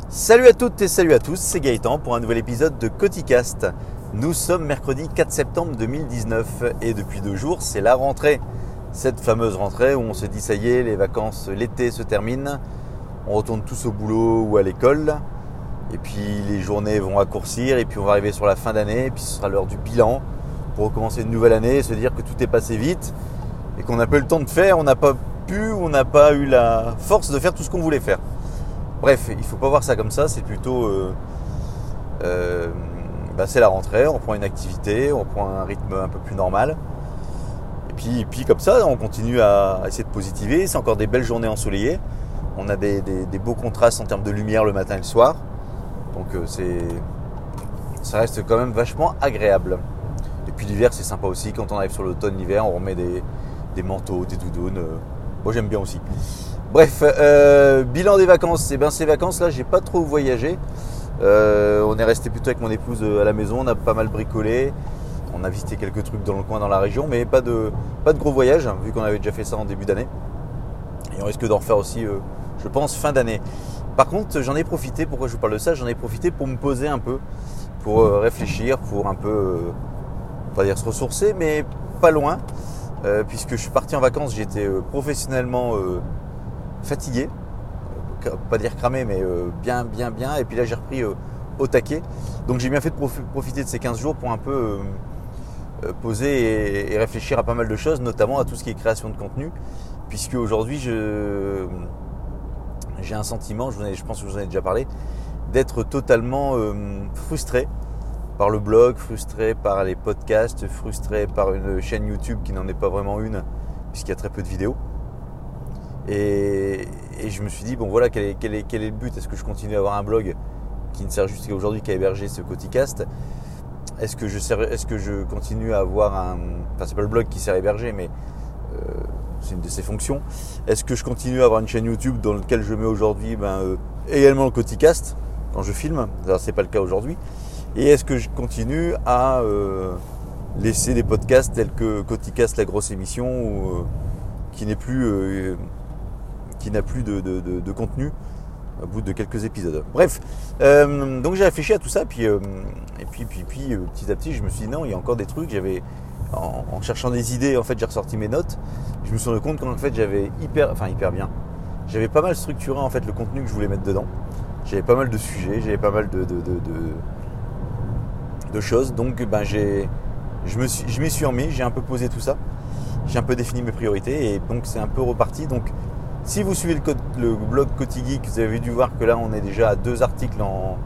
Salut à toutes et salut à tous, c'est Gaëtan pour un nouvel épisode de Coticast. Nous sommes mercredi 4 septembre 2019 et depuis 2 jours c'est la rentrée. Cette fameuse rentrée où on se dit ça y est, les vacances, l'été se termine, on retourne tous au boulot ou à l'école et puis les journées vont raccourcir et puis on va arriver sur la fin d'année et puis ce sera l'heure du bilan pour recommencer une nouvelle année et se dire que tout est passé vite et qu'on n'a pas eu le temps de faire, on n'a pas pu, on n'a pas eu la force de faire tout ce qu'on voulait faire. Bref, il ne faut pas voir ça comme ça, c'est plutôt c'est la rentrée, on reprend une activité, on reprend un rythme un peu plus normal. Et puis comme ça, on continue à essayer de positiver, c'est encore des belles journées ensoleillées. On a des beaux contrastes en termes de lumière le matin et le soir. Donc ça reste quand même vachement agréable. Et puis l'hiver c'est sympa aussi, quand on arrive sur l'automne, l'hiver, on remet des manteaux, des doudounes. Moi j'aime bien aussi. Bref, bilan des vacances. Ces vacances-là, j'ai pas trop voyagé. On est resté plutôt avec mon épouse à la maison. On a pas mal bricolé. On a visité quelques trucs dans le coin, dans la région, mais pas de gros voyages, vu qu'on avait déjà fait ça en début d'année. Et on risque d'en refaire aussi, je pense, fin d'année. Par contre, j'en ai profité. Pourquoi je vous parle de ça ? J'en ai profité pour me poser un peu, pour réfléchir, pour un peu, pas dire se ressourcer, mais pas loin, puisque je suis parti en vacances. J'étais professionnellement fatigué, pas dire cramé, mais bien. Et puis là, j'ai repris au taquet. Donc j'ai bien fait de profiter de ces 15 jours pour un peu poser et réfléchir à pas mal de choses, notamment à tout ce qui est création de contenu, puisque aujourd'hui, j'ai un sentiment, je pense que je vous en ai déjà parlé, d'être totalement frustré par le blog, frustré par les podcasts, frustré par une chaîne YouTube qui n'en est pas vraiment une, puisqu'il y a très peu de vidéos. Et je me suis dit, bon voilà, quel est le but ? Est-ce que je continue à avoir un blog qui ne sert juste aujourd'hui qu'à héberger ce Coticast ? Est-ce que je continue à avoir c'est pas le blog qui sert à héberger, mais c'est une de ses fonctions. Est-ce que je continue à avoir une chaîne YouTube dans laquelle je mets aujourd'hui également le Coticast quand je filme ? Alors, c'est pas le cas aujourd'hui. Et est-ce que je continue à laisser des podcasts tels que Coticast, la grosse émission, qui n'a plus de contenu au bout de quelques épisodes. Bref, donc j'ai réfléchi à tout ça, puis petit à petit, je me suis dit non, il y a encore des trucs. J'avais en cherchant des idées, en fait, j'ai ressorti mes notes. Je me suis rendu compte qu'en fait, j'avais hyper bien. J'avais pas mal structuré en fait le contenu que je voulais mettre dedans. J'avais pas mal de sujets, j'avais pas mal de choses. Donc, je m'y suis remis, j'ai un peu posé tout ça. J'ai un peu défini mes priorités et donc c'est un peu reparti. Donc si vous suivez le blog Cotigeek, vous avez dû voir que là on est déjà à 2 articles en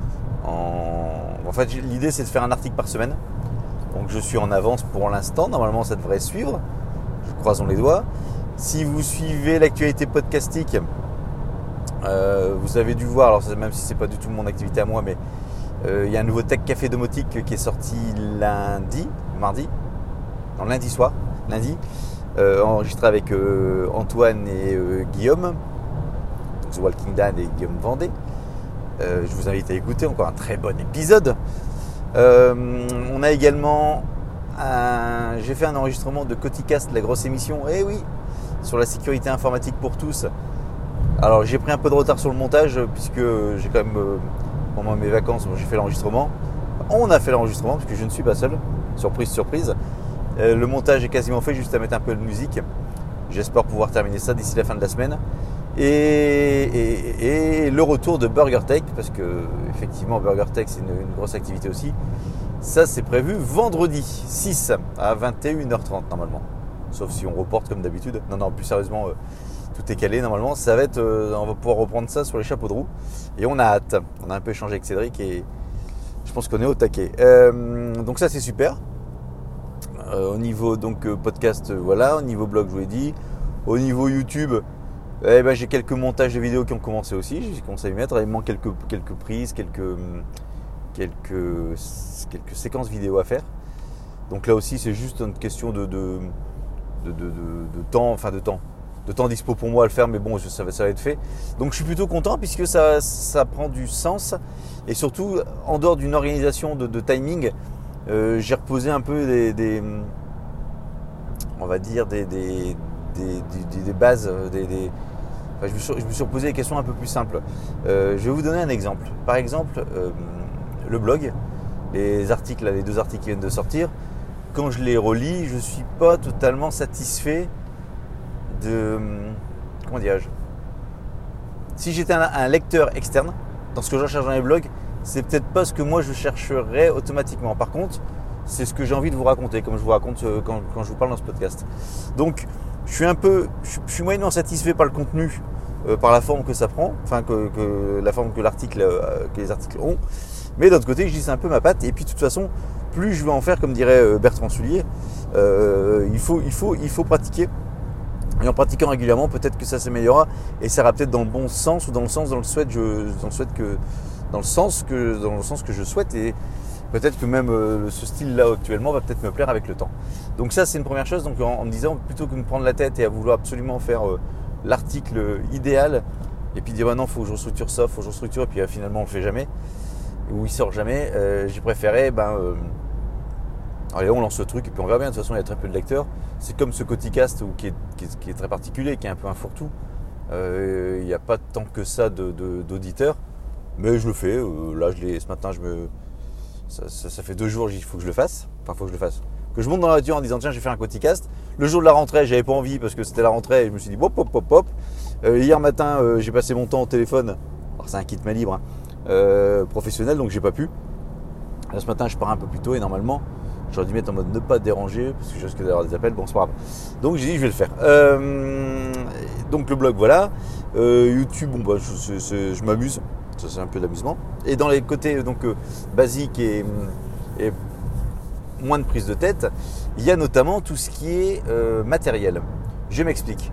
fait l'idée c'est de faire un article par semaine. Donc je suis en avance pour l'instant, normalement ça devrait suivre. Croisons les doigts. Si vous suivez l'actualité podcastique, vous avez dû voir, alors même si c'est pas du tout mon activité à moi, mais il y a un nouveau Tech Café Domotique qui est sorti lundi soir, enregistré avec Antoine et Guillaume, The Walking Dead et Guillaume Vendée. Je vous invite à écouter, encore un très bon épisode. On a également j'ai fait un enregistrement de Coticast, la grosse émission, sur la sécurité informatique pour tous. Alors j'ai pris un peu de retard sur le montage puisque j'ai quand même pendant mes vacances j'ai fait l'enregistrement. On a fait l'enregistrement parce que je ne suis pas seul. Surprise. Le montage est quasiment fait, juste à mettre un peu de musique. J'espère pouvoir terminer ça d'ici la fin de la semaine. Et le retour de BurgerTech, parce que effectivement BurgerTech c'est une grosse activité aussi. Ça c'est prévu vendredi 6 à 21h30 normalement. Sauf si on reporte comme d'habitude. Non, plus sérieusement, tout est calé normalement. Ça va être, on va pouvoir reprendre ça sur les chapeaux de roue. Et on a hâte. On a un peu échangé avec Cédric et je pense qu'on est au taquet. Donc ça c'est super. Au niveau donc podcast, voilà. Au niveau blog, je vous l'ai dit. Au niveau YouTube, j'ai quelques montages de vidéos qui ont commencé aussi. J'ai commencé à y mettre. Il manque quelques prises, quelques séquences vidéo à faire. Donc là aussi, c'est juste une question de temps dispo pour moi à le faire, mais bon, ça va être fait. Donc je suis plutôt content puisque ça prend du sens et surtout en dehors d'une organisation de timing. J'ai reposé un peu des bases, Enfin, je me suis posé des questions un peu plus simples. Je vais vous donner un exemple. Par exemple, le blog, les articles, les 2 articles qui viennent de sortir, quand je les relis, je ne suis pas totalement satisfait de... Comment dirais-je ? Si j'étais un lecteur externe, dans ce que je recherche dans les blogs, c'est peut-être pas ce que moi je chercherais automatiquement. Par contre, c'est ce que j'ai envie de vous raconter, comme je vous raconte quand je vous parle dans ce podcast. Donc, je suis moyennement satisfait par le contenu, par la forme que ça prend, enfin que la forme que les articles ont. Mais d'autre côté, je dis c'est un peu ma patte. Et puis de toute façon, plus je vais en faire, comme dirait Bertrand Soulier, il faut pratiquer. Et en pratiquant régulièrement, peut-être que ça s'améliorera et ça ira peut-être dans le bon sens ou dans le sens que je souhaite. Et peut-être que même ce style-là actuellement va peut-être me plaire avec le temps. Donc ça, c'est une première chose. Donc en me disant, plutôt que de me prendre la tête et à vouloir absolument faire l'article idéal et puis dire non, faut que je restructure ça, faut que je restructure, et puis finalement on le fait jamais ou il sort jamais, j'ai préféré allez, on lance le truc et puis on verra bien. De toute façon, il y a très peu de lecteurs. C'est comme ce Coticast qui est très particulier, qui est un peu un fourre-tout. Il n'y a pas tant que ça d'auditeurs, mais je le fais. Là, ce matin, ça fait 2 jours, il faut que je le fasse. Enfin, faut que je le fasse. Que je monte dans la voiture en disant tiens, je vais faire un Coticast. Le jour de la rentrée, j'avais pas envie parce que c'était la rentrée et je me suis dit hop, hop, hop, hop. Hier matin, j'ai passé mon temps au téléphone. Alors, c'est un kit main libre professionnel, donc j'ai pas pu. Là, ce matin, je pars un peu plus tôt et normalement, j'aurais dû mettre en mode ne pas déranger parce que je risque d'avoir des appels. Bon, c'est pas grave. Donc j'ai dit je vais le faire. Donc le blog, voilà. YouTube, je m'amuse. Ça, c'est un peu d'amusement. Et dans les côtés basiques et moins de prise de tête, il y a notamment tout ce qui est matériel. Je m'explique.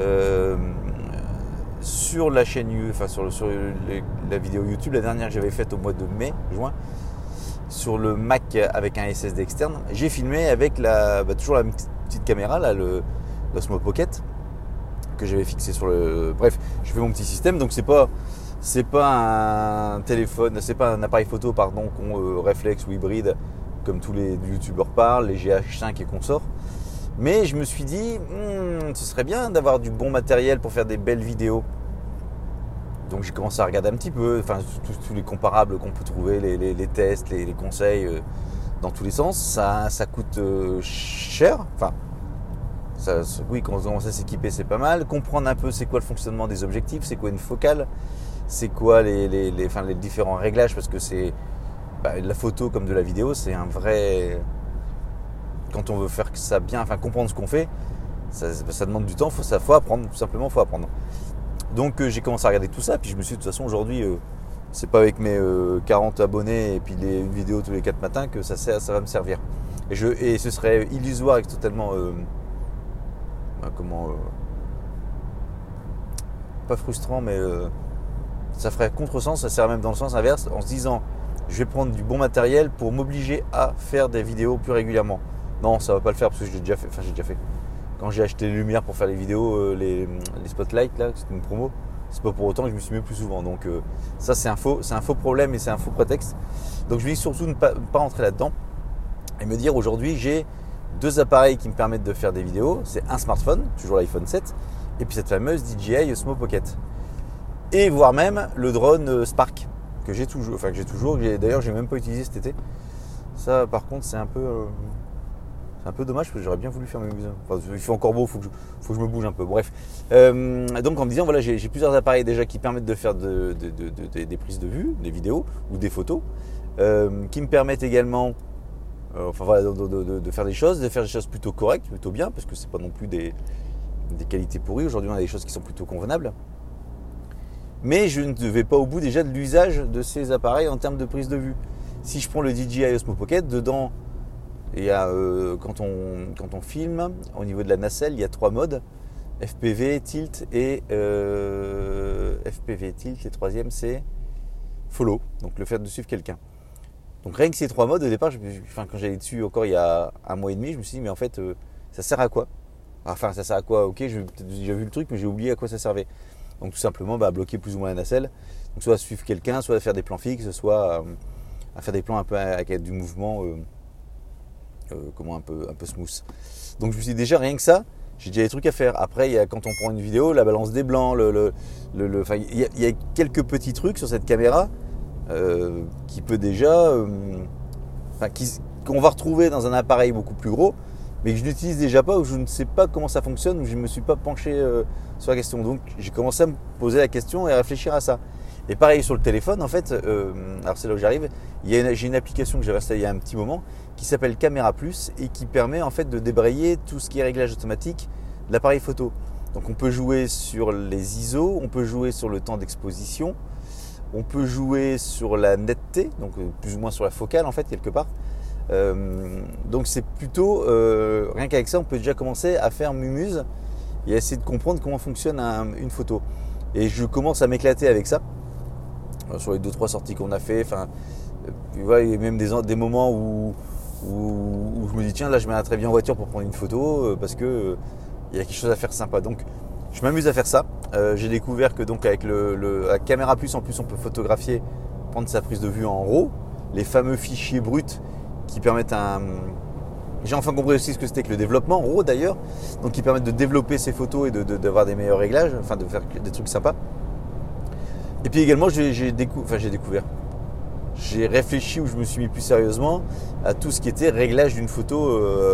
Sur la chaîne, sur la vidéo YouTube, la dernière que j'avais faite au mois de juin, sur le Mac avec un SSD externe, j'ai filmé avec toujours la petite caméra, là, l'Osmo Pocket, que j'avais fixé sur le... Bref, je fais mon petit système, donc c'est pas un téléphone, c'est pas un appareil photo, qu'on réflexe ou hybride, comme tous les youtubeurs parlent, les GH5 et consorts. Mais je me suis dit, ce serait bien d'avoir du bon matériel pour faire des belles vidéos. Donc j'ai commencé à regarder un petit peu, tous les comparables qu'on peut trouver, les tests, les conseils dans tous les sens. Ça coûte cher. Oui, quand on commence à s'équiper, c'est pas mal. Comprendre un peu c'est quoi le fonctionnement des objectifs, c'est quoi une focale, c'est quoi les différents réglages, parce que c'est de la photo comme de la vidéo, c'est un vrai... Quand on veut faire ça bien, comprendre ce qu'on fait, ça demande du temps, faut apprendre, tout simplement, faut apprendre. Donc j'ai commencé à regarder tout ça, puis je me suis dit de toute façon aujourd'hui, c'est pas avec mes 40 abonnés et puis une vidéo tous les 4 matins que ça va me servir. Et ce serait illusoire et totalement... pas frustrant, mais ça ferait contresens, ça serait même dans le sens inverse, en se disant je vais prendre du bon matériel pour m'obliger à faire des vidéos plus régulièrement. Non, ça va pas le faire parce que j'ai déjà fait. Quand j'ai acheté les lumières pour faire les vidéos, les spotlights, là, c'était une promo, c'est pas pour autant que je me suis mis plus souvent. Donc ça, c'est un faux problème et c'est un faux prétexte. Donc je me dis surtout ne pas rentrer là-dedans et me dire aujourd'hui, j'ai 2 appareils qui me permettent de faire des vidéos. C'est un smartphone, toujours l'iPhone 7, et puis cette fameuse DJI Osmo Pocket. Et voire même le drone Spark, que j'ai toujours, d'ailleurs j'ai même pas utilisé cet été. Ça par contre c'est un peu dommage parce que j'aurais bien voulu faire mes vidéos. Il fait encore beau, faut que je me bouge un peu. Bref. Donc en me disant voilà, j'ai plusieurs appareils déjà qui permettent de faire des prises de vue, des vidéos ou des photos, qui me permettent également de faire des choses plutôt correctes, plutôt bien, parce que c'est pas non plus des qualités pourries. Aujourd'hui on a des choses qui sont plutôt convenables. Mais je ne vais pas au bout déjà de l'usage de ces appareils en termes de prise de vue. Si je prends le DJI Osmo Pocket, dedans il y a, quand on filme, au niveau de la nacelle, il y a 3 modes, FPV, tilt et troisième c'est follow, donc le fait de suivre quelqu'un. Donc rien que ces 3 modes, au départ, quand j'allais dessus encore il y a 1 mois et demi, je me suis dit mais en fait ça sert à quoi ? Enfin ça sert à quoi ? Ok, j'ai déjà vu le truc mais j'ai oublié à quoi ça servait. Donc tout simplement bloquer plus ou moins la nacelle, donc soit à suivre quelqu'un, soit à faire des plans fixes, soit à faire des plans un peu avec du mouvement un peu smooth. Donc je me suis dit déjà rien que ça j'ai déjà des trucs à faire. Après, quand on prend une vidéo, la balance des blancs, il y a quelques petits trucs sur cette caméra qui peut déjà, qu'on va retrouver dans un appareil beaucoup plus gros, mais que je n'utilise déjà pas, ou je ne sais pas comment ça fonctionne, ou je ne me suis pas penché sur la question. Donc j'ai commencé à me poser la question et à réfléchir à ça. Et pareil sur le téléphone, en fait, alors c'est là où j'arrive, j'ai une application que j'ai installée il y a un petit moment qui s'appelle Caméra Plus et qui permet en fait de débrayer tout ce qui est réglage automatique de l'appareil photo. Donc on peut jouer sur les ISO, on peut jouer sur le temps d'exposition, on peut jouer sur la netteté, donc plus ou moins sur la focale en fait quelque part. Donc c'est plutôt, rien qu'avec ça on peut déjà commencer à faire mumuse et à essayer de comprendre comment fonctionne une photo. Et je commence à m'éclater avec ça, sur les 2-3 sorties qu'on a fait. Enfin, il y a même des moments où je me dis tiens là je m'arrêterais bien en voiture pour prendre une photo parce que il y a quelque chose à faire sympa. Donc je m'amuse à faire ça. J'ai découvert que donc avec la caméra plus en plus on peut photographier, prendre sa prise de vue en RAW, les fameux fichiers bruts qui permettent j'ai enfin compris aussi ce que c'était que le développement en RAW d'ailleurs, donc qui permettent de développer ces photos et d'avoir des meilleurs réglages, enfin de faire des trucs sympas. Et puis également j'ai découvert. J'ai réfléchi, où je me suis mis plus sérieusement à tout ce qui était réglage d'une photo,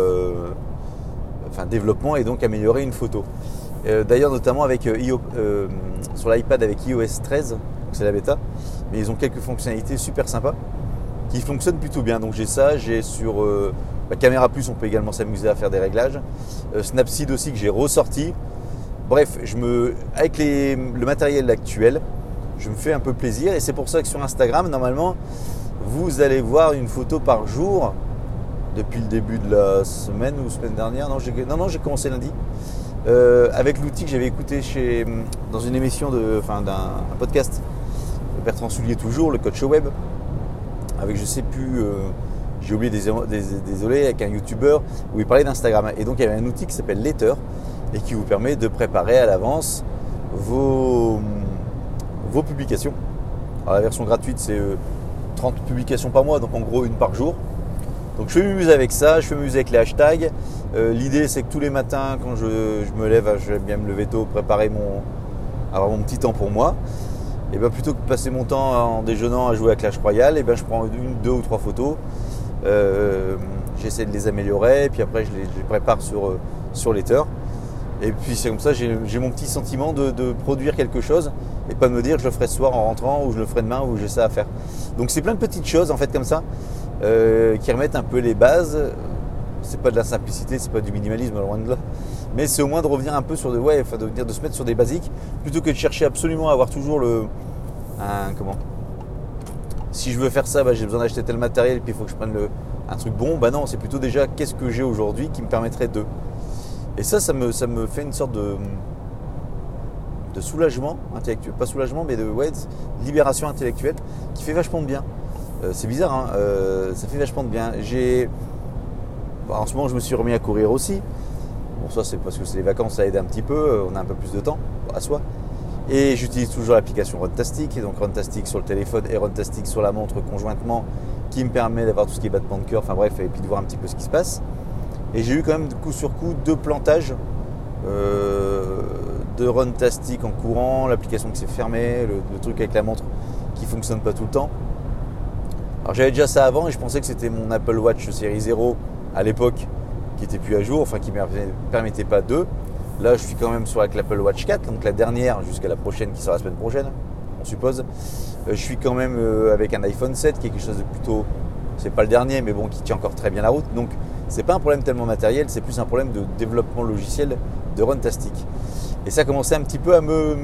développement et donc améliorer une photo. D'ailleurs notamment avec sur l'iPad avec iOS 13, donc c'est la bêta, mais ils ont quelques fonctionnalités super sympas qui fonctionnent plutôt bien. Donc j'ai ça, j'ai sur Caméra Plus, on peut également s'amuser à faire des réglages. Snapseed aussi que j'ai ressorti. Bref, avec le matériel actuel, je me fais un peu plaisir et c'est pour ça que sur Instagram, normalement, vous allez voir une photo par jour depuis le début de la semaine ou semaine dernière. Non, j'ai commencé lundi avec l'outil que j'avais écouté dans une émission d'un podcast Bertrand Soulier toujours, le coach web, avec je sais plus, j'ai oublié désolé, avec un youtubeur où il parlait d'Instagram. Et donc il y avait un outil qui s'appelle Letter et qui vous permet de préparer à l'avance vos publications. Alors la version gratuite c'est 30 publications par mois, donc en gros une par jour. Donc je m'amuse avec ça, je m'amuse avec les hashtags. L'idée c'est que tous les matins quand je me lève, j'aime bien me lever tôt, avoir mon petit temps pour moi. Et bien plutôt que de passer mon temps en déjeunant à jouer à Clash Royale, et bien je prends 1, 2 ou 3 photos. J'essaie de les améliorer, et puis après je les prépare sur Letter. Et puis c'est comme ça, j'ai mon petit sentiment de produire quelque chose et pas de me dire je le ferai ce soir en rentrant ou je le ferai demain ou j'ai ça à faire. Donc c'est plein de petites choses en fait comme ça qui remettent un peu les bases. C'est pas de la simplicité, c'est pas du minimalisme loin de là, mais c'est au moins de revenir un peu sur de se mettre sur des basiques plutôt que de chercher absolument à avoir toujours si je veux faire ça, j'ai besoin d'acheter tel matériel et puis il faut que je prenne un truc bon. Non, c'est plutôt déjà qu'est-ce que j'ai aujourd'hui qui me permettrait de. Et ça me fait une sorte de soulagement intellectuel, pas soulagement, mais de libération intellectuelle qui fait vachement de bien. C'est bizarre, hein, ça fait vachement de bien. En ce moment, je me suis remis à courir aussi. Bon, ça, c'est parce que c'est les vacances, ça aide un petit peu. On a un peu plus de temps à soi. Et j'utilise toujours l'application Runtastic. Et donc Runtastic sur le téléphone et Runtastic sur la montre conjointement, qui me permet d'avoir tout ce qui est battement de cœur. Enfin bref, et puis de voir un petit peu ce qui se passe. Et j'ai eu quand même coup sur coup 2 plantages de Runtastic en courant, l'application qui s'est fermée, le truc avec la montre qui fonctionne pas tout le temps. Alors j'avais déjà ça avant et je pensais que c'était mon Apple Watch série 0 à l'époque qui était plus à jour, enfin qui ne permettait pas de. Là je suis quand même avec l'Apple Watch 4, donc la dernière jusqu'à la prochaine qui sera la semaine prochaine, on suppose. Je suis quand même avec un iPhone 7 qui est quelque chose de plutôt, c'est pas le dernier mais bon, qui tient encore très bien la route. Donc c'est pas un problème tellement matériel, c'est plus un problème de développement logiciel de Runtastic. Et ça commençait un petit peu à me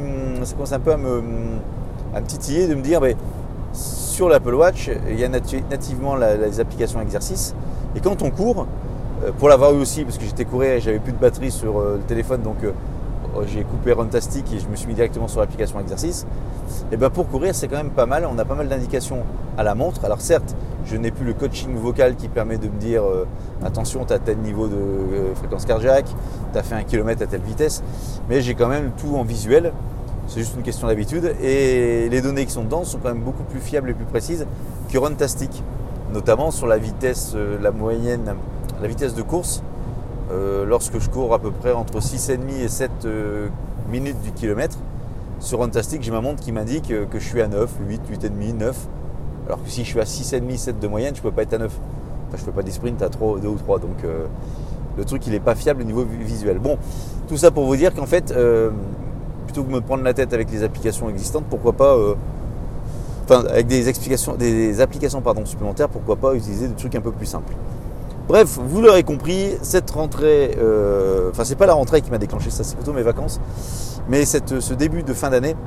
titiller de me dire, sur l'Apple Watch, il y a nativement les applications exercices. Et quand on court, pour l'avoir eu aussi, parce que j'étais courir et j'avais plus de batterie sur le téléphone, donc j'ai coupé Runtastic et je me suis mis directement sur l'application exercice. Et pour courir, c'est quand même pas mal. On a pas mal d'indications à la montre. Alors certes, je n'ai plus le coaching vocal qui permet de me dire attention, tu as tel niveau de fréquence cardiaque, tu as fait 1 km à telle vitesse, mais j'ai quand même tout en visuel. C'est juste une question d'habitude et les données qui sont dedans sont quand même beaucoup plus fiables et plus précises que Runtastic, notamment sur la vitesse, la vitesse de course. lorsque je cours à peu près entre 6,5 et 7 minutes du kilomètre. Sur Runtastic, j'ai ma montre qui m'indique que je suis à 9, 8, 8,5, 9. Alors que si je suis à 6,5, 7 de moyenne, je ne peux pas être à 9. Enfin, je ne fais pas des sprints à 2 ou 3. Donc le truc, il n'est pas fiable au niveau visuel. Bon, tout ça pour vous dire qu'en fait, plutôt que de me prendre la tête avec les applications existantes, pourquoi pas, avec des applications supplémentaires, pourquoi pas utiliser des trucs un peu plus simples. Bref, vous l'aurez compris, cette rentrée, c'est pas la rentrée qui m'a déclenché ça, c'est plutôt mes vacances, mais ce début de fin d'année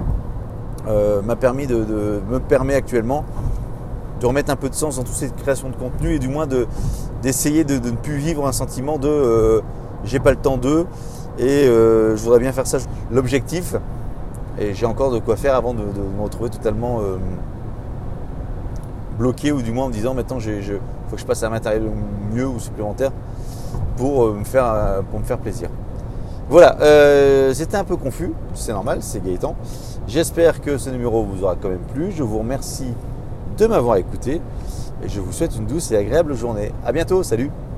me permet actuellement de remettre un peu de sens dans toute cette création de contenu et du moins d'essayer de ne plus vivre un sentiment de j'ai pas le temps de et je voudrais bien faire ça. L'objectif, et j'ai encore de quoi faire avant de me retrouver totalement bloqué ou du moins en me disant maintenant faut que je passe à un matériel mieux ou supplémentaire pour me faire plaisir. Voilà, c'était un peu confus, c'est normal, c'est Gaëtan. J'espère que ce numéro vous aura quand même plu. Je vous remercie de m'avoir écouté et je vous souhaite une douce et agréable journée. À bientôt, salut!